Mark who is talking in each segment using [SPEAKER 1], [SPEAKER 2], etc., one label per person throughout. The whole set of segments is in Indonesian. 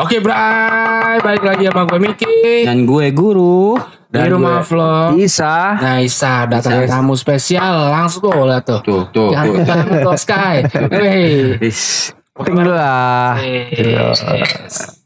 [SPEAKER 1] Oke Bray, balik lagi sama gue Miki
[SPEAKER 2] Dan gue Guru.
[SPEAKER 1] di rumah vlog.
[SPEAKER 3] Isa.
[SPEAKER 1] Nah Isa datang tamu spesial, langsung tuh lihat tuh.
[SPEAKER 2] Tuh.
[SPEAKER 1] Jangan kita tuh Sky. Hei.
[SPEAKER 3] Tinggal lah.
[SPEAKER 1] Yes.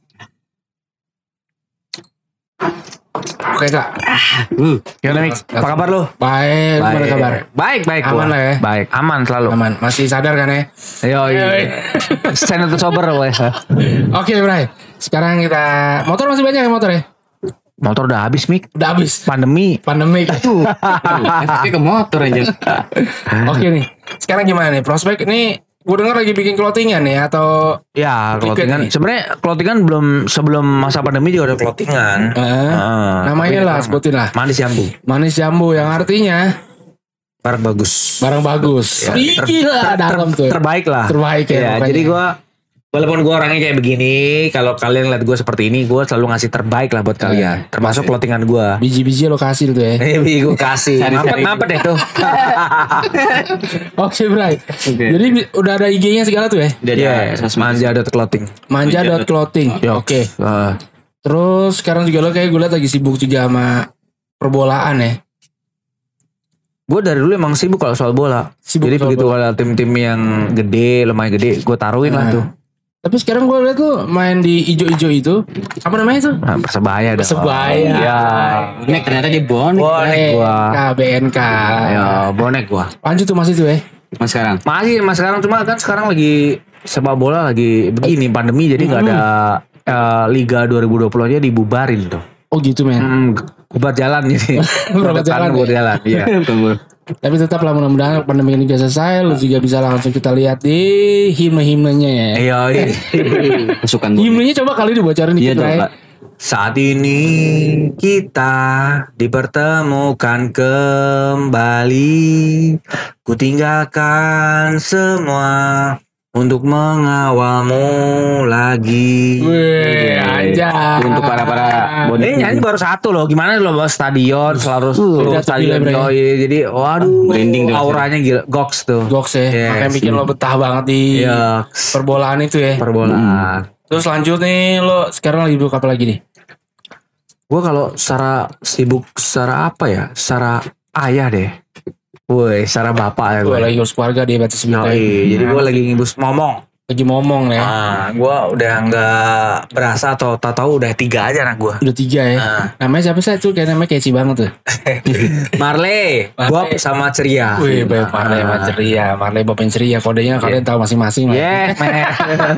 [SPEAKER 1] Oke kak.
[SPEAKER 3] Gimana Mik? Apa kabar lu?
[SPEAKER 1] Baik, gimana kabar?
[SPEAKER 3] Baik.
[SPEAKER 1] Aman
[SPEAKER 3] gua.
[SPEAKER 1] lah ya?
[SPEAKER 3] Baik, aman selalu.
[SPEAKER 1] Aman, masih sadar kan ya?
[SPEAKER 3] Stand itu sober loh ya.
[SPEAKER 1] Oke Bray, sekarang kita motor masih banyak ya motor ya?
[SPEAKER 3] Motor udah habis Mik.
[SPEAKER 1] Udah habis.
[SPEAKER 3] Pandemi.
[SPEAKER 1] Itu.
[SPEAKER 2] Efeknya ke motor aja.
[SPEAKER 1] Oke nih, sekarang gimana nih prospek ini? Gue dengar lagi bikin clothingan ya atau
[SPEAKER 3] Ya,
[SPEAKER 1] Tiket
[SPEAKER 3] clothingan.
[SPEAKER 1] nih.
[SPEAKER 3] Sebenarnya clothingan belum sebelum masa pandemi juga ada clothingan.
[SPEAKER 1] namanya lah sebutin lah.
[SPEAKER 3] Manis jambu.
[SPEAKER 1] Manis jambu yang artinya
[SPEAKER 3] Barang bagus.
[SPEAKER 1] barang bagus.
[SPEAKER 3] Ya,
[SPEAKER 1] Gila dalam tuh.
[SPEAKER 3] Terbaik lah.
[SPEAKER 1] Terbaik ya.
[SPEAKER 3] Ya,
[SPEAKER 1] pokoknya.
[SPEAKER 3] jadi gue walaupun gue orangnya kayak begini, kalau kalian lihat gue seperti ini, gue selalu ngasih terbaik lah buat kalian. Termasuk clothingan gue.
[SPEAKER 1] biji-biji lokasi tuh ya.
[SPEAKER 3] Gue kasih. Mampet deh tuh.
[SPEAKER 1] Oke Bray. Jadi udah ada IG-nya segala tuh ya.
[SPEAKER 2] Udah
[SPEAKER 3] Iya,
[SPEAKER 2] ada
[SPEAKER 3] manja.clothing.
[SPEAKER 1] Manja.clothing. Oke. Terus sekarang juga lo kayak gue liat lagi sibuk juga sama perbolaan ya.
[SPEAKER 3] Gue dari dulu emang sibuk kalau soal bola.
[SPEAKER 1] Sibuk
[SPEAKER 3] Jadi
[SPEAKER 1] soal
[SPEAKER 3] begitu ada tim-tim yang gede, lumayan gede, gue taruhin lah tuh.
[SPEAKER 1] Tapi sekarang gue liat tuh main di ijo-ijo itu. Apa namanya tuh?
[SPEAKER 3] Nah, Persebaya dong.
[SPEAKER 1] Persebaya.
[SPEAKER 3] Ya.
[SPEAKER 2] Bonek ternyata dia bonek.
[SPEAKER 3] Bonek gua.
[SPEAKER 1] BNK.
[SPEAKER 3] Ya, bonek gua.
[SPEAKER 1] Lanjut tuh masih tuh ya.
[SPEAKER 2] Mas sekarang.
[SPEAKER 3] Masih mas sekarang, cuma kan sekarang lagi sepak bola lagi begini pandemi, jadi nggak ada Liga 2020 aja dibubarin tuh.
[SPEAKER 1] Oh gitu men.
[SPEAKER 3] Bubar jalan jadi.
[SPEAKER 1] Bubar jalan,
[SPEAKER 3] Bubar jalan. Iya.
[SPEAKER 1] Tapi tetap lah mudah-mudahan pandemi ini bisa selesai. Lu juga bisa langsung kita lihat di himne-himnenya ya.
[SPEAKER 3] Iya.
[SPEAKER 2] Pasukan bonek.
[SPEAKER 1] Himnenya coba kali dibocorin
[SPEAKER 2] Iya
[SPEAKER 1] dikit
[SPEAKER 2] dong,
[SPEAKER 1] Ray.
[SPEAKER 2] Pak.
[SPEAKER 3] Saat ini kita dipertemukan kembali. Ku tinggalkan semua untuk mengawalmu lagi.
[SPEAKER 1] Wih, anjay.
[SPEAKER 2] Untuk para bonek.
[SPEAKER 3] Ini nyanyi baru satu loh. Gimana lo bawa stadion selalu
[SPEAKER 1] Beda tuh
[SPEAKER 3] stadion.
[SPEAKER 1] gila,
[SPEAKER 3] Oh, iya, jadi waduh
[SPEAKER 2] Branding tuh.
[SPEAKER 3] auranya gila. Goks tuh.
[SPEAKER 1] Goks ya.
[SPEAKER 3] Yes.
[SPEAKER 1] Makanya bikin lo betah banget di
[SPEAKER 3] Iya.
[SPEAKER 1] perbolaan itu ya.
[SPEAKER 3] Perbolaan.
[SPEAKER 1] Terus lanjut nih lo sekarang lagi sibuk apa lagi nih?
[SPEAKER 3] Gue kalau secara sibuk secara apa ya? Secara ayah deh. Woi, secara bapak ya
[SPEAKER 1] Gue
[SPEAKER 3] gue.
[SPEAKER 1] lagi ngurus keluarga di batas sebentar.
[SPEAKER 3] Jadi gue lagi ngibus ngomong.
[SPEAKER 1] Lagi ngomong ya.
[SPEAKER 3] Gue udah nggak berasa atau tahu udah 3 aja anak gue.
[SPEAKER 1] Udah 3 ya. Namanya siapa sih tuh? Kayak namanya catchy banget tuh.
[SPEAKER 3] Marley, Bob sama Ceria.
[SPEAKER 1] Wih, baik Marley sama ceria. Marley Bob yang ceria. Kodenya kalian tahu masing-masing lah.
[SPEAKER 3] Yes, man.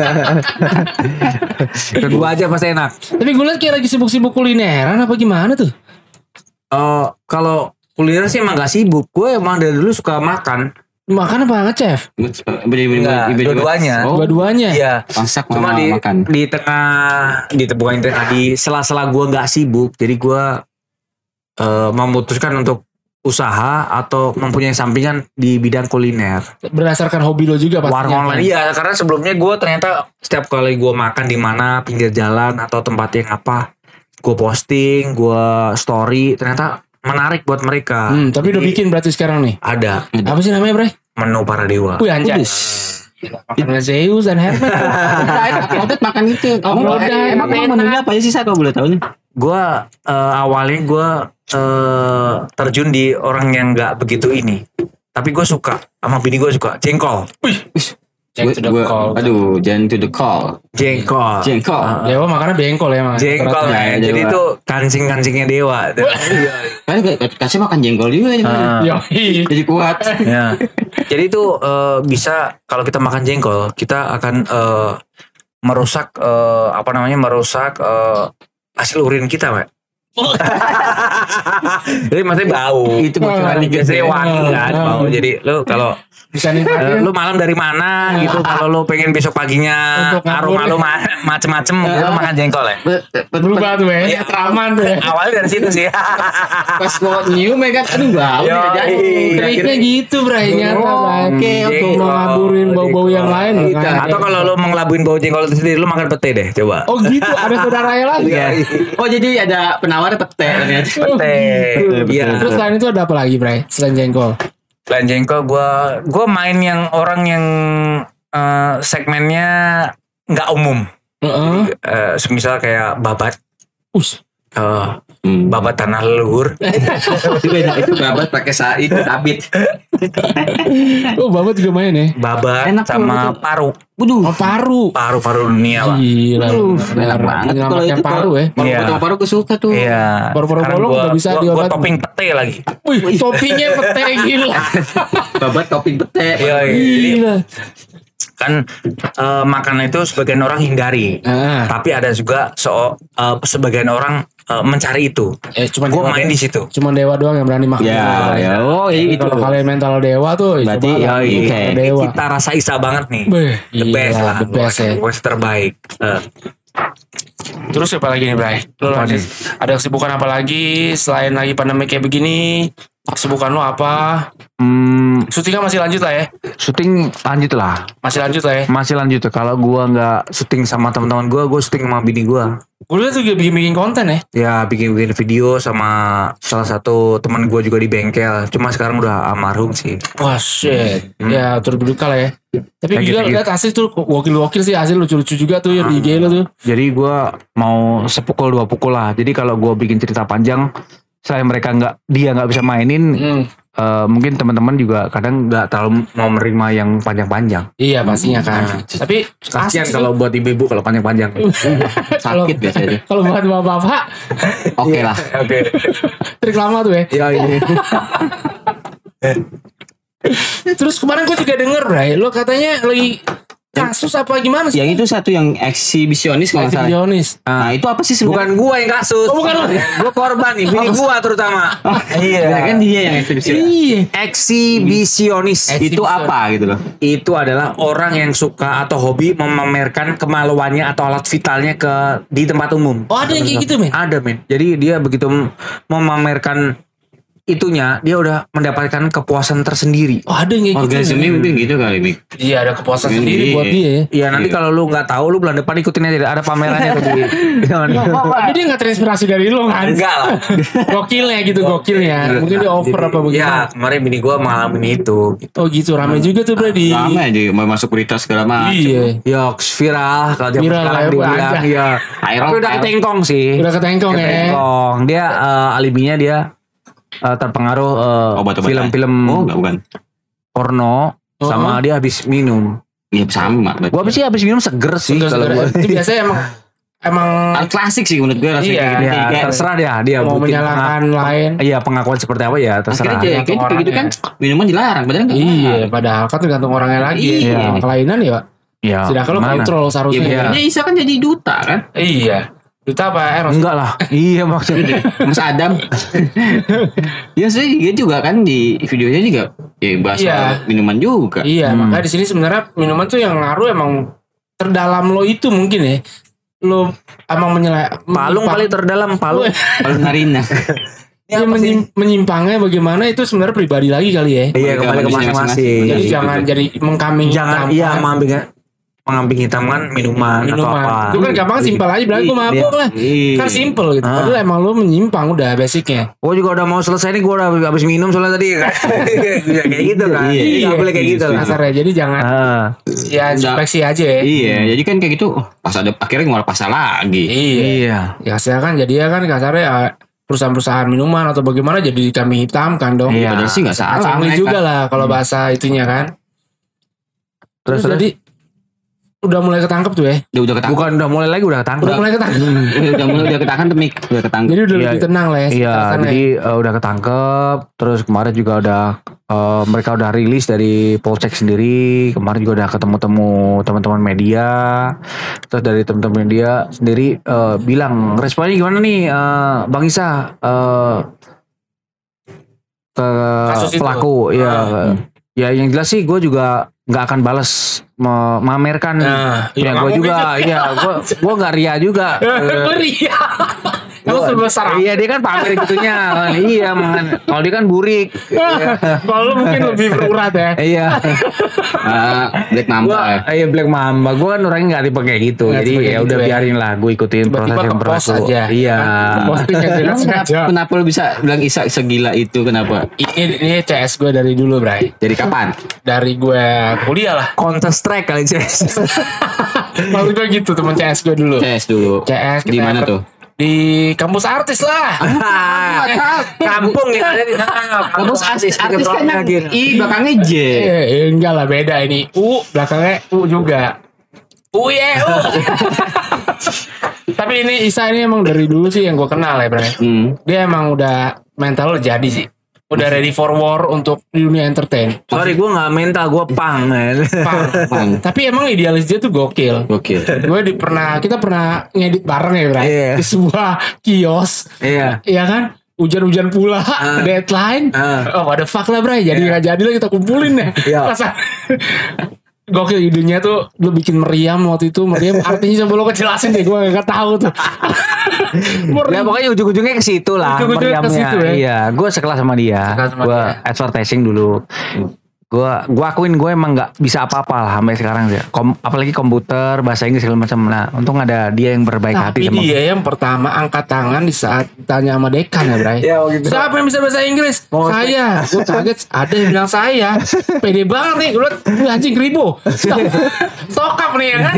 [SPEAKER 3] Kedua aja pasti enak.
[SPEAKER 1] Tapi gue liat kayak lagi sibuk-sibuk kulineran apa gimana tuh?
[SPEAKER 3] Kalau kuliner sih emang gak sibuk. Gue emang dari dulu suka makan.
[SPEAKER 1] Makan apa ngechef?
[SPEAKER 3] Dua-duanya.
[SPEAKER 2] Oh,
[SPEAKER 1] Dua-duanya.
[SPEAKER 3] Iya.
[SPEAKER 2] masak
[SPEAKER 3] Cuma
[SPEAKER 2] sama makan.
[SPEAKER 3] di tengah di sela-sela gue nggak sibuk, jadi gue memutuskan untuk usaha atau mempunyai sampingan di bidang kuliner.
[SPEAKER 1] Berdasarkan hobi lo juga pastinya.
[SPEAKER 3] Warung online. Iya, karena sebelumnya gue ternyata setiap kali gue makan di mana pinggir jalan atau tempat yang apa, gue posting, gue story, ternyata menarik buat mereka.
[SPEAKER 1] Tapi udah bikin berarti sekarang nih.
[SPEAKER 3] Ada
[SPEAKER 1] Apa sih namanya, Bray?
[SPEAKER 3] menu para dewa.
[SPEAKER 1] Wih anjay. Makanan Zeus dan Hermes.
[SPEAKER 2] Upload makan itu.
[SPEAKER 1] Emang
[SPEAKER 2] menunya apa aja sih saya kalau boleh tahu nih?
[SPEAKER 3] Gue awalnya gue terjun di orang yang nggak begitu ini, tapi gue suka sama bini gue suka jengkol.
[SPEAKER 1] Cek to the call.
[SPEAKER 2] Aduh, jangan to the call.
[SPEAKER 3] Jengkol.
[SPEAKER 1] Dewa makannya bengkol ya emang.
[SPEAKER 3] Jengkol
[SPEAKER 2] Ya,
[SPEAKER 3] jadi
[SPEAKER 2] Dewa.
[SPEAKER 3] itu kancing-kancingnya dewa.
[SPEAKER 2] Kan kasih makan jengkol juga ini.
[SPEAKER 1] Yoi.
[SPEAKER 2] Jadi kuat.
[SPEAKER 3] Ya. Jadi itu bisa kalau kita makan jengkol kita akan merusak merusak hasil urin kita, Pak. Jadi maksudnya bau.
[SPEAKER 2] Itu bocoran dikit.
[SPEAKER 3] Biasanya wangi kan bau. Jadi lu kalau
[SPEAKER 1] Bisa nikmatin.
[SPEAKER 3] lu malam dari mana gitu, kalau lu pengen besok paginya
[SPEAKER 1] Untuk
[SPEAKER 3] aroma lu macem-macem gitu, lu makan jengkol ya.
[SPEAKER 1] Berubah tuh ya. Aman tuh ya.
[SPEAKER 3] Awalnya dari situ sih.
[SPEAKER 2] Pas mau nyium ya kan, aduh bau nih gak jadi.
[SPEAKER 1] Triknya gitu, Bray. Nyata, Bray.
[SPEAKER 2] Oke,
[SPEAKER 1] Untuk mengaburin bau-bau yang lain. kan.
[SPEAKER 3] Atau kalau lu mau ngelabuin bau jengkol itu sendiri, lu makan pete deh, coba.
[SPEAKER 1] Oh gitu, ada saudaranya lagi.
[SPEAKER 2] Oh jadi ada penawar pete ternyata.
[SPEAKER 3] Pete. Iya.
[SPEAKER 1] Terus selain itu ada apa lagi, Bray? Selain jengkol.
[SPEAKER 3] Selain jengkol, gue main yang orang yang segmennya nggak umum. Semisal kayak babat.
[SPEAKER 1] Us.
[SPEAKER 3] Babat tanah leluhur.
[SPEAKER 2] Itu beda, itu babat pakai itu abit.
[SPEAKER 1] Oh, babat juga main ya?
[SPEAKER 3] Babat
[SPEAKER 2] Enak
[SPEAKER 3] sama
[SPEAKER 2] tuh.
[SPEAKER 3] paru.
[SPEAKER 1] Oh, paru.
[SPEAKER 3] Paru dunia lah.
[SPEAKER 1] Gila.
[SPEAKER 2] Enak banget kalau
[SPEAKER 1] Menyelamatkan
[SPEAKER 2] itu
[SPEAKER 1] paru ya.
[SPEAKER 3] Iya.
[SPEAKER 2] Paru gue suka tuh.
[SPEAKER 3] Iya.
[SPEAKER 1] Paru-paru
[SPEAKER 3] Sekarang
[SPEAKER 1] bolong udah bisa
[SPEAKER 3] gua
[SPEAKER 1] diobatin.
[SPEAKER 3] topping pete lagi.
[SPEAKER 1] Wih, toppingnya pete gila.
[SPEAKER 2] Babat topping pete.
[SPEAKER 3] Iya. Jadi
[SPEAKER 1] Gila.
[SPEAKER 3] kan makanan itu sebagian orang hindari. Tapi ada juga sebagian orang mencari itu.
[SPEAKER 1] Cuman
[SPEAKER 3] Gue main di situ.
[SPEAKER 1] Cuma dewa doang yang berani makan.
[SPEAKER 2] Ya. Oh,
[SPEAKER 1] Jadi
[SPEAKER 2] itu.
[SPEAKER 1] kalau kalian mental dewa tuh,
[SPEAKER 2] Berarti,
[SPEAKER 1] coba lah,
[SPEAKER 2] iya.
[SPEAKER 1] mental dewa.
[SPEAKER 3] Kita rasa Isa banget nih.
[SPEAKER 1] Beh,
[SPEAKER 3] The best
[SPEAKER 1] gila,
[SPEAKER 3] lah.
[SPEAKER 1] the best ya.
[SPEAKER 3] Gue terbaik.
[SPEAKER 1] Terus apa lagi nih, Bray? Lu
[SPEAKER 3] Apa nih?
[SPEAKER 1] ada kesibukan apa lagi selain lagi pandemi kayak begini? Kesibukan lu apa? Syutingnya masih lanjut lah ya?
[SPEAKER 3] Syuting lanjut lah.
[SPEAKER 1] Masih lanjut lah ya?
[SPEAKER 3] Masih lanjut. Kalau gua nggak syuting sama teman-teman gua syuting sama bini gua.
[SPEAKER 1] Gue liat tuh bikin konten ya?
[SPEAKER 3] Ya bikin video sama salah satu teman gua juga di bengkel. Cuma sekarang udah almarhum sih.
[SPEAKER 1] Wah shit. Ya turut berduka lah ya. Tapi
[SPEAKER 3] Kayak
[SPEAKER 1] gila
[SPEAKER 3] gitu-gitu.
[SPEAKER 1] liat asli tuh gokil-gokil sih, asli lucu-lucu juga tuh ya di IG lu tuh.
[SPEAKER 3] Jadi gua mau sepukul dua pukul lah. Jadi kalau gua bikin cerita panjang, selain dia nggak bisa mainin, mungkin teman-teman juga kadang nggak terlalu mau menerima yang panjang-panjang.
[SPEAKER 1] Iya pastinya kan. Tapi
[SPEAKER 3] Kasian
[SPEAKER 1] asli
[SPEAKER 3] kalau buat ibu-ibu kalau panjang-panjang.
[SPEAKER 2] Sakit biasanya.
[SPEAKER 1] kalau buat bapak-bapak
[SPEAKER 2] Oke lah.
[SPEAKER 3] Oke.
[SPEAKER 1] trik lama tuh ya.
[SPEAKER 3] Ya ini.
[SPEAKER 1] Terus kemarin gue juga denger, Bray, lo katanya lagi kasus apa gimana sih?
[SPEAKER 2] Yang itu satu yang eksibisionis kalau nggak salah.
[SPEAKER 1] Eksibisionis.
[SPEAKER 2] Nah, itu apa sih sebenarnya?
[SPEAKER 3] Bukan gua yang kasus.
[SPEAKER 1] Oh, bukan lo.
[SPEAKER 3] Gua korban nih, bini gua terutama.
[SPEAKER 2] Iya. Kan dia yang eksibisionis.
[SPEAKER 1] Iya.
[SPEAKER 3] Eksibisionis.
[SPEAKER 2] Itu apa gitu loh?
[SPEAKER 3] Itu adalah orang yang suka atau hobi memamerkan kemaluannya atau alat vitalnya di tempat umum.
[SPEAKER 1] Oh ada yang kayak gitu, men?
[SPEAKER 3] Ada, men. Jadi dia begitu memamerkan itunya, dia udah mendapatkan kepuasan tersendiri.
[SPEAKER 1] Oh ada yang kayak gitu.
[SPEAKER 2] Orgasme mungkin gitu kali, Mik.
[SPEAKER 1] Iya ada kepuasan
[SPEAKER 2] Ini.
[SPEAKER 1] sendiri buat dia ya.
[SPEAKER 3] Iya, nanti kalau lu nggak tahu, lu bulan depan ikutin aja, ada pamerannya tuh di.
[SPEAKER 1] Jadi dia nggak terinspirasi dari lo kan?
[SPEAKER 3] Enggak lah.
[SPEAKER 1] Gokilnya gitu, gokilnya. Mungkin dia over apa
[SPEAKER 3] Ya,
[SPEAKER 1] bagaimana?
[SPEAKER 3] kemarin bini gua mengalami itu.
[SPEAKER 1] Oh gitu, rame juga tuh Brady.
[SPEAKER 2] Lama aja mau masuk berita segala macam.
[SPEAKER 1] Iya.
[SPEAKER 3] Yoks viral kalau zaman
[SPEAKER 1] Viral
[SPEAKER 3] sekarang
[SPEAKER 1] lah,
[SPEAKER 3] dibilang
[SPEAKER 1] aja.
[SPEAKER 3] ya.
[SPEAKER 2] Viral,
[SPEAKER 3] Tapi udah
[SPEAKER 2] viral.
[SPEAKER 3] ketengkong sih.
[SPEAKER 1] Udah ketengkong ya.
[SPEAKER 3] Ketengkong. Dia alibinya dia terpengaruh
[SPEAKER 2] Obat-obatan.
[SPEAKER 3] film-film
[SPEAKER 2] Oh, enggak bukan.
[SPEAKER 3] porno sama dia habis minum.
[SPEAKER 2] Iya sama, Mak.
[SPEAKER 3] Gua habis minum seger sih kalau gua.
[SPEAKER 1] Itu biasanya emang
[SPEAKER 2] Klasik sih menurut gue rasanya.
[SPEAKER 1] Iya.
[SPEAKER 2] kayak gitu.
[SPEAKER 3] Ya,
[SPEAKER 2] Kayak-
[SPEAKER 3] terserah dia
[SPEAKER 1] mau
[SPEAKER 3] bikin
[SPEAKER 1] menyalahkan lain.
[SPEAKER 3] Iya, pengakuan seperti apa ya terserah.
[SPEAKER 2] Akhirnya kayak gitu kan minuman dilarang, padahal enggak.
[SPEAKER 1] Iya, padahal kan tergantung orangnya lagi.
[SPEAKER 2] Iya.
[SPEAKER 1] Kelainan ya, Pak.
[SPEAKER 3] Ya,
[SPEAKER 1] Sedangkan lo
[SPEAKER 3] gimana?
[SPEAKER 1] kontrol
[SPEAKER 2] Iya,
[SPEAKER 1] seharusnya.
[SPEAKER 2] benernya Isa kan jadi duta kan.
[SPEAKER 1] Iya. Duta apa Eros?
[SPEAKER 3] Enggak lah. Iya maksudnya.
[SPEAKER 2] Mas Adam. Ya sih dia juga kan di videonya juga ya bahas
[SPEAKER 1] Iya.
[SPEAKER 2] soal minuman juga.
[SPEAKER 1] Iya, makanya di sini sebenarnya minuman tuh yang ngaruh emang terdalam lo itu mungkin ya. Lo emang
[SPEAKER 3] Palung kali terdalam palung.
[SPEAKER 2] Kalau narina.
[SPEAKER 1] Dia menyimpangnya bagaimana itu sebenarnya pribadi lagi kali ya.
[SPEAKER 3] Iya, kembali ke masing-masing.
[SPEAKER 1] Jadi
[SPEAKER 2] Iya,
[SPEAKER 1] jangan
[SPEAKER 2] betul.
[SPEAKER 1] jadi mengkambing
[SPEAKER 3] Jangan mengambing hitamkan minuman atau apa.
[SPEAKER 1] minuman. Itu kan gampang simpel aja bilang gue mabuk lah.
[SPEAKER 2] Iya.
[SPEAKER 1] Kan simpel gitu. Padahal emang lo menyimpang udah basicnya.
[SPEAKER 3] Gue juga udah mau selesai nih, gue udah habis minum soalnya tadi. Kayak gitu kan.
[SPEAKER 2] Iya.
[SPEAKER 3] Gak boleh kayak gitu lah.
[SPEAKER 1] Kasarnya jadi jangan ya inspeksi aja ya.
[SPEAKER 2] Iya, jadi kan kayak gitu. Pas ada akhirnya malah pasal lagi.
[SPEAKER 1] Iya. Ya kasarnya kan jadi ya kan kasarnya ya, perusahaan-perusahaan minuman atau bagaimana jadi kambing hitam kan dong.
[SPEAKER 3] Iya.
[SPEAKER 2] Padahal sih nggak salah.
[SPEAKER 1] Acungli
[SPEAKER 2] mereka.
[SPEAKER 1] juga lah kalau bahasa itunya kan. Terus
[SPEAKER 3] Terus?
[SPEAKER 1] jadi udah mulai ketangkep tuh ya.
[SPEAKER 2] Udah ketangkep.
[SPEAKER 3] Bukan udah mulai lagi, udah ketangkep.
[SPEAKER 1] Udah mulai ketangkep.
[SPEAKER 2] udah ketangkep Mik. Udah ketangkep.
[SPEAKER 1] Jadi udah
[SPEAKER 3] Iya.
[SPEAKER 1] lebih tenang lah ya.
[SPEAKER 3] Iya,
[SPEAKER 1] suasananya.
[SPEAKER 3] jadi udah ketangkep. Terus kemarin juga udah mereka udah rilis dari Polsek sendiri. Kemarin juga udah ketemu-temu teman-teman media. Terus dari teman-teman media sendiri bilang responnya gimana nih, Bang Isa ke
[SPEAKER 1] Kasus itu.
[SPEAKER 3] pelaku. Ya, ya yang jelas sih gue juga nggak akan balas memamerkan.
[SPEAKER 1] Nah,
[SPEAKER 3] Ya
[SPEAKER 1] iya,
[SPEAKER 3] gue
[SPEAKER 1] nggak
[SPEAKER 3] juga,
[SPEAKER 1] mungkin.
[SPEAKER 3] ya gue nggak ria juga.
[SPEAKER 1] Ngeri ya. Kalau sebesar
[SPEAKER 3] Iya dia kan pamer gitunya. Iya, kalau dia kan burik.
[SPEAKER 1] kalau lu mungkin lebih berurat ya.
[SPEAKER 3] Iya.
[SPEAKER 2] Black Mamba.
[SPEAKER 3] Iya Black Mamba. Gue kan orangnya nggak tipe kayak gitu.
[SPEAKER 1] Nggak
[SPEAKER 3] Jadi
[SPEAKER 1] tipe
[SPEAKER 3] ya
[SPEAKER 1] kayak
[SPEAKER 3] udah
[SPEAKER 1] gitu ya.
[SPEAKER 3] biarin lah. Gue ikutin proses
[SPEAKER 1] Tiba-tiba
[SPEAKER 3] yang
[SPEAKER 1] ke pos
[SPEAKER 3] berlaku.
[SPEAKER 1] aja.
[SPEAKER 3] Iya.
[SPEAKER 1] Postingnya dengan sengaja.
[SPEAKER 2] Kenapa lu bisa bilang Isa segila itu? Kenapa?
[SPEAKER 1] Ini CS gue dari dulu, Bray.
[SPEAKER 2] Dari kapan?
[SPEAKER 1] Dari gue kuliah lah.
[SPEAKER 3] Counter Strike kali Ces.
[SPEAKER 1] Maksud gue gitu teman CS gue dulu.
[SPEAKER 2] CS dulu.
[SPEAKER 1] CS
[SPEAKER 2] Di mana tuh?
[SPEAKER 1] Di kampus artis lah.
[SPEAKER 3] Kampung yang ada di sana.
[SPEAKER 2] Kampus artis kan belakangnya J.
[SPEAKER 1] Enggak lah, beda ini. Belakangnya U juga. Ya U. Tapi ini Isa ini emang dari dulu sih yang gue kenal ya, Bray. Dia emang udah mental jadi sih. Udah ready for war untuk di dunia entertain.
[SPEAKER 3] Sorry, gue gak mental, gue pang, men.
[SPEAKER 1] Pang. Tapi emang idealis dia tuh gokil. Kita pernah ngedit bareng ya, Bray.
[SPEAKER 3] Iya.
[SPEAKER 1] Di sebuah kios.
[SPEAKER 3] Iya.
[SPEAKER 1] Iya kan? Hujan-hujan pula, deadline. What the fuck lah, Bray. Jadi gak jadi lah, kita kumpulin deh.
[SPEAKER 3] Iya.
[SPEAKER 1] Gokil idenya tuh lu bikin meriam waktu itu. Meriam artinya coba lu kejelasin deh, gue gak tahu tuh.
[SPEAKER 3] Ya pokoknya ujung-ujungnya ke situ lah.
[SPEAKER 1] Ujung-ujungnya ke situ ya.
[SPEAKER 3] Iya, gue sekelas sama dia. Gue advertising dulu. Gue akuin gue emang nggak bisa apa-apa lah sampai sekarang sih. Apalagi komputer, bahasa Inggris segala macam. Nah, untung ada dia yang berbaik hati sama.
[SPEAKER 1] Tapi dia yang pertama angkat tangan di saat tanya sama dekan ya, Bray.
[SPEAKER 3] Ya, gitu.
[SPEAKER 1] Siapa yang bisa bahasa Inggris? Saya. Gue kaget ada yang bilang saya. Pede banget nih. Gue anjing kribo. Sokap nih ya kan.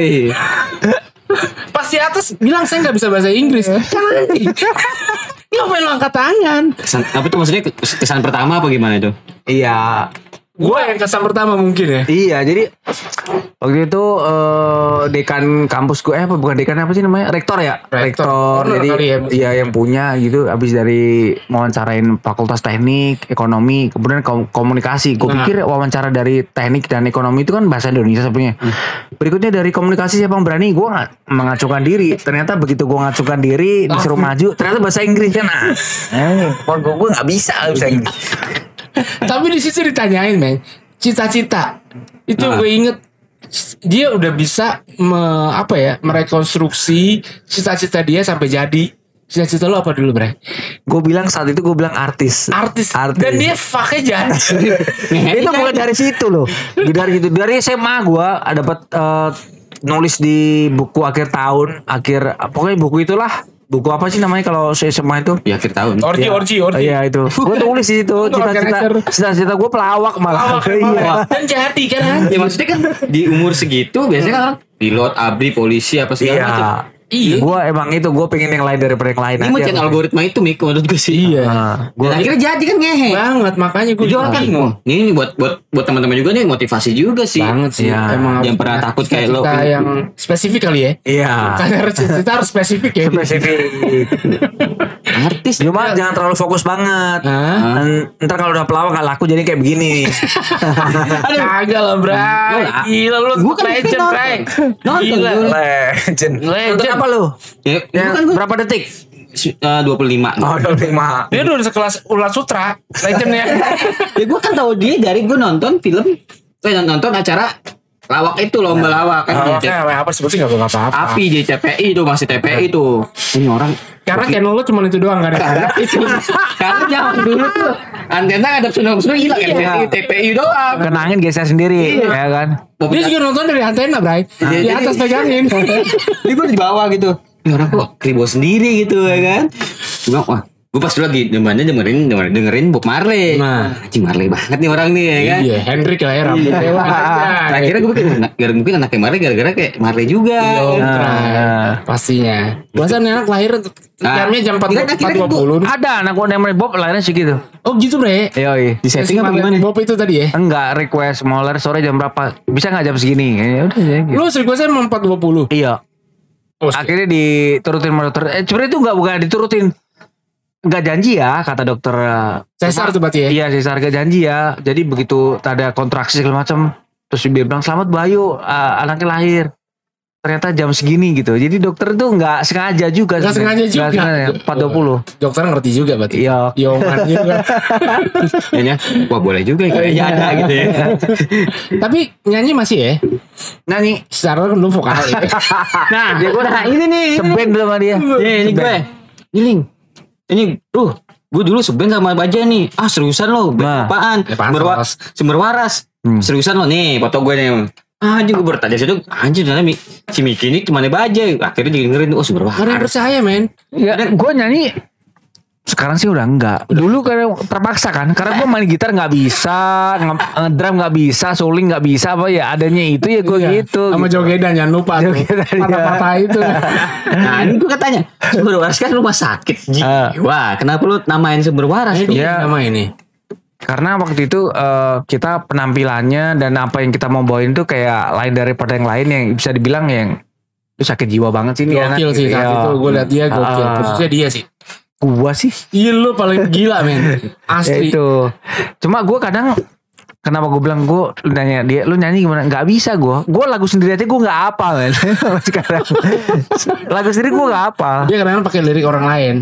[SPEAKER 1] Pas di atas bilang saya nggak bisa bahasa Inggris. Kan anjing. Dia main lo angkat tangan.
[SPEAKER 2] Tapi itu maksudnya kesan pertama apa gimana itu?
[SPEAKER 3] Iya.
[SPEAKER 1] Gue yang kesan pertama mungkin ya.
[SPEAKER 3] Iya, jadi waktu itu dekan kampus gue apa bukan dekan apa sih namanya? Rektor ya? Rektor. Jadi
[SPEAKER 1] ya,
[SPEAKER 3] iya yang punya gitu habis dari wawancarain fakultas teknik, ekonomi, kemudian komunikasi. Gue pikir wawancara dari teknik dan ekonomi itu kan bahasa Indonesia sebenarnya. Berikutnya dari komunikasi siapa yang berani? Gue mengacungkan diri. Ternyata begitu gue ngacungkan diri disuruh maju, ternyata bahasa Inggris kan. Gue nggak bisa bahasa Inggris.
[SPEAKER 1] Tapi di situ ditanyain, men, cita-cita. Itu gue inget dia udah bisa merekonstruksi cita-cita dia sampai jadi. Cita-cita lo apa dulu, Bre?
[SPEAKER 3] Gue bilang saat itu artis.
[SPEAKER 1] Dan dia fuck-nya jadi.
[SPEAKER 3] Itu bukan dari situ loh. Dari SMA gue dapat nulis di buku akhir tahun, pokoknya buku itulah. Buku apa sih namanya kalau SMA itu?
[SPEAKER 2] Ya akhir tahun.
[SPEAKER 1] Orji.
[SPEAKER 3] Iya itu. Gue tulis di situ cita-cita gue pelawak malah.
[SPEAKER 1] Iya. Dan jadi kan.
[SPEAKER 2] Ya maksudnya kan di umur segitu biasanya kan pilot, abri, polisi apa segala macam.
[SPEAKER 3] Iya. Gue emang itu gue pengen yang lain daripada yang lain.
[SPEAKER 2] Ini macam algoritma itu Mik menurut gue sih.
[SPEAKER 1] Iya.
[SPEAKER 2] Gue akhirnya jadi kan ngehe.
[SPEAKER 1] Banget makanya gue
[SPEAKER 2] juga kan. Ini buat teman-teman juga nih motivasi juga sih.
[SPEAKER 1] Banget sih.
[SPEAKER 3] Ya.
[SPEAKER 1] Emang
[SPEAKER 2] yang pernah takut kayak lo.
[SPEAKER 1] Yang spesifik kali ya.
[SPEAKER 3] Iya.
[SPEAKER 1] Karena kita harus spesifik ya.
[SPEAKER 3] Spesifik.
[SPEAKER 2] Artis.
[SPEAKER 3] Cuma jangan terlalu fokus banget. Ntar kalau udah pelawak gak laku jadi kayak begini.
[SPEAKER 1] Kagak lah, Bray. Gila lu.
[SPEAKER 2] Gue kan
[SPEAKER 1] legend, Bray.
[SPEAKER 2] Nonton.
[SPEAKER 3] Legend. Nonton apa lu?
[SPEAKER 2] Ya,
[SPEAKER 3] kan berapa detik?
[SPEAKER 2] 25.
[SPEAKER 3] Oh 25.
[SPEAKER 1] Dia udah sekelas Ulat Sutra. Legend ya.
[SPEAKER 2] Ya gue kan tahu dia dari gue nonton film. Nonton acara lawak itu lomba lawak kan.
[SPEAKER 1] Lawaknya apa sebetulnya gak apa-apa.
[SPEAKER 2] Api di TPI itu masih TPI tuh. Ini orang.
[SPEAKER 1] Karena channel lo cuma itu doang kan.
[SPEAKER 2] Karena zaman dulu tuh antena ada sunung-sunung hilang kan. TPI doang.
[SPEAKER 3] Kenangin geser sendiri ya kan.
[SPEAKER 1] Dia juga nonton dari antena, Bray. Di atas pegangin.
[SPEAKER 2] Ini gue di bawah gitu. Ini orang kok kribo sendiri gitu ya kan. Gue pas dulu lagi dengerin Bob Marley. Anjing Marley banget nih orang nih ya kan.
[SPEAKER 1] Iya, Hendrik lah ya rambutnya.
[SPEAKER 2] Akhirnya gue pikir mungkin anaknya Marley gara-gara kayak Marley juga.
[SPEAKER 1] Pastinya. Masa anak lahir jamnya jam 4.20.
[SPEAKER 3] Ada anak gue namanya Bob lahirnya segitu.
[SPEAKER 1] Oh gitu, Bre.
[SPEAKER 3] Iya.
[SPEAKER 2] Di setting apa gimana?
[SPEAKER 1] Bob itu tadi ya?
[SPEAKER 3] Enggak, request mau lahir sore jam berapa? Bisa enggak jam segini? Ya udah ya.
[SPEAKER 1] Lu requestnya 4.20.
[SPEAKER 3] Iya. Akhirnya diturutin sama dokter. Sebenarnya itu bukan diturutin. Enggak janji ya kata dokter.
[SPEAKER 1] Cesar tuh berarti ya?
[SPEAKER 3] Iya Cesar gak janji ya. Jadi begitu ada kontraksi segala macam, terus dia bilang selamat Bayu, anaknya lahir. Ternyata jam segini gitu. Jadi dokter tuh nggak sengaja juga.
[SPEAKER 1] Nggak sengaja juga.
[SPEAKER 3] 4.20.
[SPEAKER 1] Dokter ngerti juga berarti.
[SPEAKER 3] Iya.
[SPEAKER 1] Yoman juga.
[SPEAKER 2] Kayaknya wah boleh juga kayaknya ada gitu ya.
[SPEAKER 1] Tapi nyanyi masih ya?
[SPEAKER 3] Nyanyi.
[SPEAKER 1] Secara belum vokal ya.
[SPEAKER 3] Nah ini nih. Seben sama dia.
[SPEAKER 2] Ini gue. Ini gue dulu seben sama Baja nih. Seriusan lo? Apaan? Sumber waras. Seriusan lo nih foto gue nih. Anjing gue bertanya situ. Anjing ternyata si Miki ini cuma Baja. Akhirnya dengerin. Sumber waras.
[SPEAKER 1] Ada yang percaya men.
[SPEAKER 3] Ya, gue nyanyi Sekarang sih udah enggak. Dulu karena terpaksa kan, karena gue main gitar nggak bisa, ngedrum nggak bisa, suling nggak bisa, apa ya adanya itu ya gue gitu.
[SPEAKER 1] Sama jogedan jangan lupa tuh. Patah-patah itu.
[SPEAKER 2] Nah ini gue katanya Sumber Waras kan rumah sakit jiwa. Kenapa lu namain Sumber Waras?
[SPEAKER 1] Iya nama ini.
[SPEAKER 3] Karena waktu itu kita penampilannya dan apa yang kita mau bawain tuh kayak lain daripada yang lain yang bisa dibilang yang itu sakit jiwa banget sih nih.
[SPEAKER 1] Gokil sih saat itu gue liat dia gokil. Khususnya dia sih.
[SPEAKER 3] Gua sih.
[SPEAKER 1] Iya lu paling gila men. Asli.
[SPEAKER 3] Ya itu. Cuma gue kadang kenapa gue bilang gue nanya dia lu nyanyi gimana? Nggak bisa gue. Gue lagu sendiri aja gue nggak hafal men. Sekarang lagu sendiri gue nggak hafal.
[SPEAKER 1] Dia kadang pakai lirik orang lain.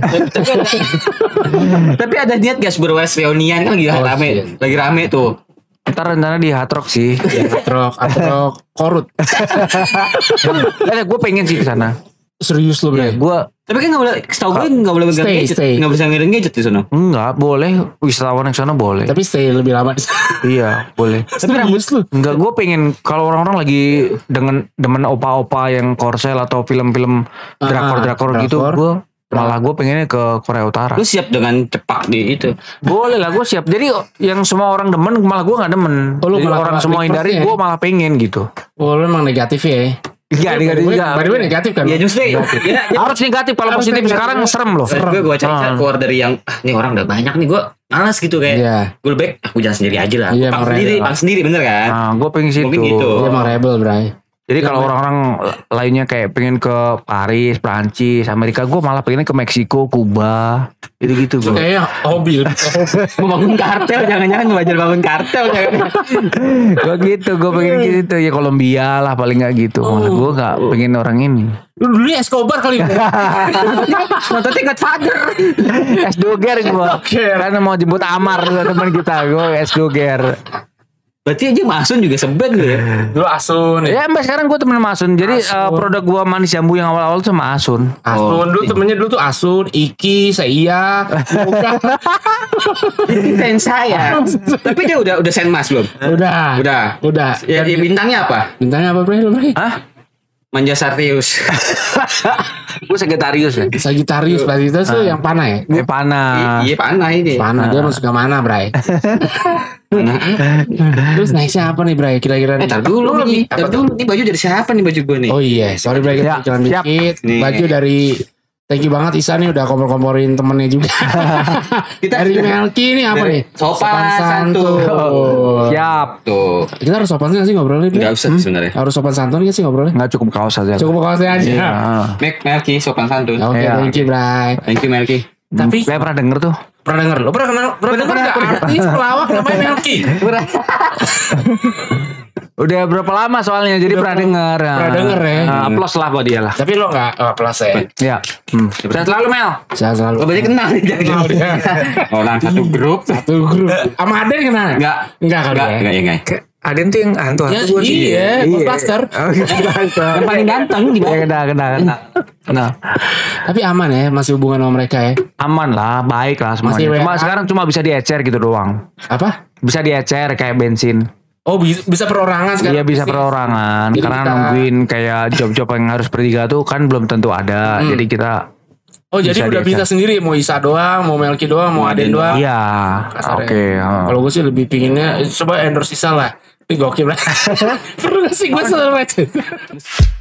[SPEAKER 2] Tapi ada niat gak Sumber Waras reunian kan lagi rame tuh.
[SPEAKER 3] Ntar rencana di Hard Rock sih.
[SPEAKER 1] Atrok korut.
[SPEAKER 3] Gue pengen sih ke sana.
[SPEAKER 1] Serius lu bre.
[SPEAKER 3] Gue
[SPEAKER 2] Tapi kan gak boleh, setahu gue gak boleh pegang gadget.
[SPEAKER 1] Stay.
[SPEAKER 2] Gak bisa ngirim gadget di sana.
[SPEAKER 3] enggak boleh wisatawan yang sana boleh.
[SPEAKER 1] Tapi stay lebih lama di sana.
[SPEAKER 3] Iya boleh.
[SPEAKER 1] Tapi rambut lu.
[SPEAKER 3] Enggak, gue pengen kalau orang-orang lagi demen opa-opa yang korsel atau film-film drakor gitu, gue malah gue pengennya ke Korea Utara.
[SPEAKER 2] Lu siap dengan cepak di itu.
[SPEAKER 3] Boleh lah, gue siap. Jadi yang semua orang demen malah gue nggak demen.
[SPEAKER 1] Lu
[SPEAKER 3] Jadi
[SPEAKER 1] malah
[SPEAKER 3] orang semua hindari, gue malah pengen gitu.
[SPEAKER 1] Oh lu emang negatif ya.
[SPEAKER 3] Iya negatif juga.
[SPEAKER 1] By the way negatif kan.
[SPEAKER 2] Ya justru ya,
[SPEAKER 3] Harus negatif. Kalau
[SPEAKER 1] Harus
[SPEAKER 3] positif
[SPEAKER 1] negatif.
[SPEAKER 3] sekarang serem loh.
[SPEAKER 2] gue cari keluar dari yang nih orang udah banyak nih, gue malas gitu kayak.
[SPEAKER 1] Iya.
[SPEAKER 2] Gue lebih baik aku jalan sendiri aja lah.
[SPEAKER 1] Iya,
[SPEAKER 2] Pang sendiri bener kan?
[SPEAKER 3] Nah, gue pengen situ.
[SPEAKER 2] Mungkin gitu.
[SPEAKER 1] Dia emang rebel bray.
[SPEAKER 3] Jadi kalau orang-orang lainnya kayak pengen ke Paris, Prancis, Amerika, gue malah pengennya ke Meksiko, Kuba, gitu-gitu
[SPEAKER 1] Itu
[SPEAKER 3] gue.
[SPEAKER 1] kayaknya hobi.
[SPEAKER 2] Membangun kartel, jangan-jangan belajar bangun kartel jangan.
[SPEAKER 3] Gue gitu, gue pengen gitu ya Kolombia lah paling nggak gitu. Maksud gue nggak pengen orang ini.
[SPEAKER 1] Lu dulu Escobar kali.
[SPEAKER 2] Nonton Godfather.
[SPEAKER 3] S2 Ger gue. Karena mau jemput Amar teman kita, gue S2 Ger.
[SPEAKER 2] Berarti aja Masun juga seben lu ya.
[SPEAKER 1] Dulu Asun ya.
[SPEAKER 3] Ya sampai sekarang gue temen sama Asun. Jadi produk gue manis jambu yang awal-awal tuh sama Asun.
[SPEAKER 1] Asun dulu temennya dulu tuh Asun, Iki, Seiya, Yoga.
[SPEAKER 2] Itu fans saya. Tapi dia udah send mas belum?
[SPEAKER 1] Udah.
[SPEAKER 2] Ya, dia bintangnya apa?
[SPEAKER 1] Bintangnya apa bre?
[SPEAKER 3] Hah?
[SPEAKER 2] Manja Sartius.
[SPEAKER 3] Gue Sagittarius ya.
[SPEAKER 1] Sagittarius berarti itu tuh yang panah ya?
[SPEAKER 3] Panah.
[SPEAKER 2] Iya panah ini.
[SPEAKER 1] Panah dia masuk ke mana bray? Terus nextnya apa nih bray? Kira-kira nih?
[SPEAKER 2] Tar dulu nih. Ini baju dari siapa nih baju gue nih?
[SPEAKER 1] Oh iya, sorry bray kita
[SPEAKER 3] Siap,
[SPEAKER 1] jalan
[SPEAKER 3] siap.
[SPEAKER 1] dikit.
[SPEAKER 2] Nih.
[SPEAKER 1] Baju dari thank you banget Isa nih udah kompor-komporin temennya juga.
[SPEAKER 2] Kita
[SPEAKER 1] dari Melki nih apa
[SPEAKER 2] dari
[SPEAKER 1] nih?
[SPEAKER 2] Sopan Santun.
[SPEAKER 3] Siap.
[SPEAKER 2] Tuh.
[SPEAKER 1] Kita harus sopan gak sih ngobrolnya?
[SPEAKER 2] Enggak usah sebenarnya.
[SPEAKER 1] Harus sopan santun gak sih ngobrolnya?
[SPEAKER 3] Nggak cukup kaos aja.
[SPEAKER 1] Cukup kaosnya aja.
[SPEAKER 3] Iya.
[SPEAKER 2] Melki sopan santun.
[SPEAKER 1] Oke,
[SPEAKER 3] Iya.
[SPEAKER 1] thank you Bray.
[SPEAKER 2] Thank you Melki.
[SPEAKER 1] Tapi
[SPEAKER 3] Saya pernah denger tuh.
[SPEAKER 1] pernah denger? Lo pernah denger gak artis pelawak namanya Melki?
[SPEAKER 3] Udah berapa lama soalnya jadi pernah denger.
[SPEAKER 1] Pernah denger ya.
[SPEAKER 3] Applause lah buat dia lah.
[SPEAKER 1] Tapi lo gak plus ya?
[SPEAKER 3] Ya. Sehat selalu Mel.
[SPEAKER 1] Saya selalu.
[SPEAKER 2] Lo berarti kenal nih jadi. Orang satu grup.
[SPEAKER 1] Satu grup. Sama Aden kenal?
[SPEAKER 2] Enggak.
[SPEAKER 1] Enggak kali ya?
[SPEAKER 2] Enggak.
[SPEAKER 3] Aden tuh yang hantu-hantu
[SPEAKER 1] Ya,
[SPEAKER 3] gue sih.
[SPEAKER 1] iya, Ghostbuster.
[SPEAKER 2] Yang paling ganteng di bawah.
[SPEAKER 3] Kena.
[SPEAKER 1] Tapi aman ya, masih hubungan sama mereka ya?
[SPEAKER 3] Aman lah, baik lah
[SPEAKER 1] Masih
[SPEAKER 3] semuanya. Cuma
[SPEAKER 1] WA.
[SPEAKER 3] sekarang cuma bisa diecer gitu doang.
[SPEAKER 1] Apa?
[SPEAKER 3] Bisa diecer kayak bensin.
[SPEAKER 1] Oh bisa perorangan sekarang?
[SPEAKER 3] Iya bisa perorangan.
[SPEAKER 1] Jadi
[SPEAKER 3] Karena
[SPEAKER 1] kita-
[SPEAKER 3] nungguin kayak job-job yang harus bertiga tuh kan belum tentu ada. Jadi kita
[SPEAKER 1] Oh jadi
[SPEAKER 3] Bisa
[SPEAKER 1] udah
[SPEAKER 3] diecer.
[SPEAKER 1] bisa sendiri, mau Isa doang, mau Melki doang, mau Aden doang.
[SPEAKER 3] iya.
[SPEAKER 1] Kasarnya.
[SPEAKER 3] Oke.
[SPEAKER 1] Kalau gue sih lebih pinginnya coba endorse Isa lah. Ini gokil lah. Perlu gak sih gue selalu